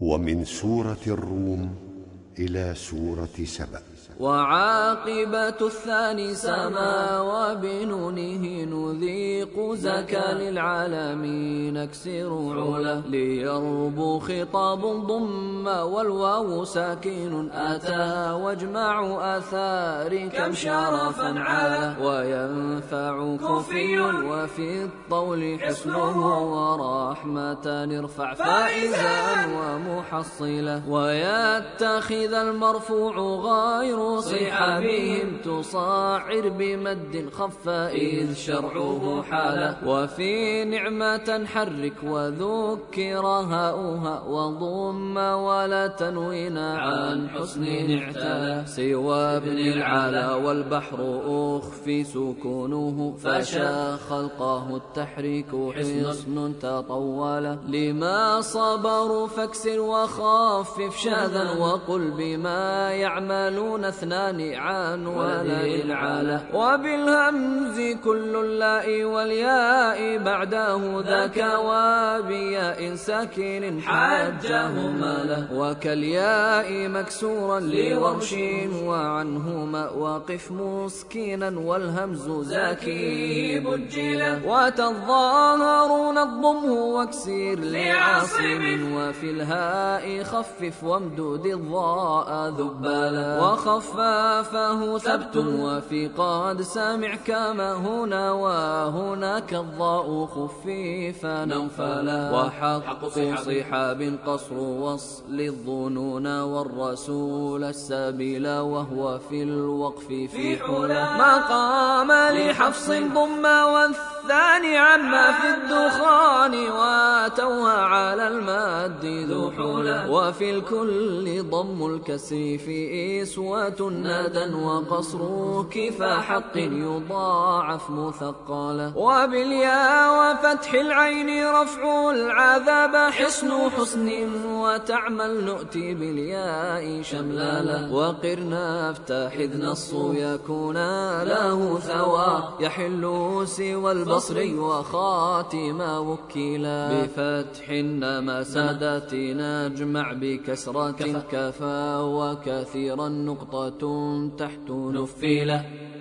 ومن سورة الروم إلى سورة سبأ. وعاقبة الثاني سما وبنونه نذيق زكا للعالمين اكسر علا ليربو خطاب ضم والواو ساكن أتى واجمع آثار كم شرفا علا وينفع كفي وفي الطول حسنه ورحمة ارفع فائزا ومحصلا ويتخذ المرفوع غير صحابهم تصاعر بمد خف إذ شرعه حاله وفي نعمة حرك وذكر هاؤها وضم ولا تنوين عن حسن اعتلى سوى ابن العلا والبحر أخفي سكونه فشا خلقه التحريك حصن تطول لما صبروا فاكسر وخفف شاذا وقل بما يعملون اثنان عن ولا العلا وبالهمز كل اللاء والياء بعده ذاك وبياء ساكن حجهما له وكالياء مكسورا لورش وعنهما واقف مسكينا والهمز زاكي بجلا وتظاهرون الضم واكسر لعاصم وفي الهاء خفف وامدد الضاء ذبالا وخفافه ثبت وفي قد سامع كما هنا وهناك الضاء خفيفا نوفلا وحق صحاب قصر وصل الظنون والرسول السبيل وهو في الوقف في حلا مقام لحفص ضم والثاني عما في الدخان واتوها على المد ذو حلا وفي الكل ضم الكسر في إسوة نادا وقصر كفاحق يضاعف مثقلا وبالياء وفتح العين رفع العذاب حسن وتعمل نؤتي بالياء شملالا وقرنا افتح إذ نص يكون له ثوى يحل سوى البصري وخاتما وكلا بفتح إنما سادات نجمع بكسرة كفا وكثيرا نقطة تحت نفيلة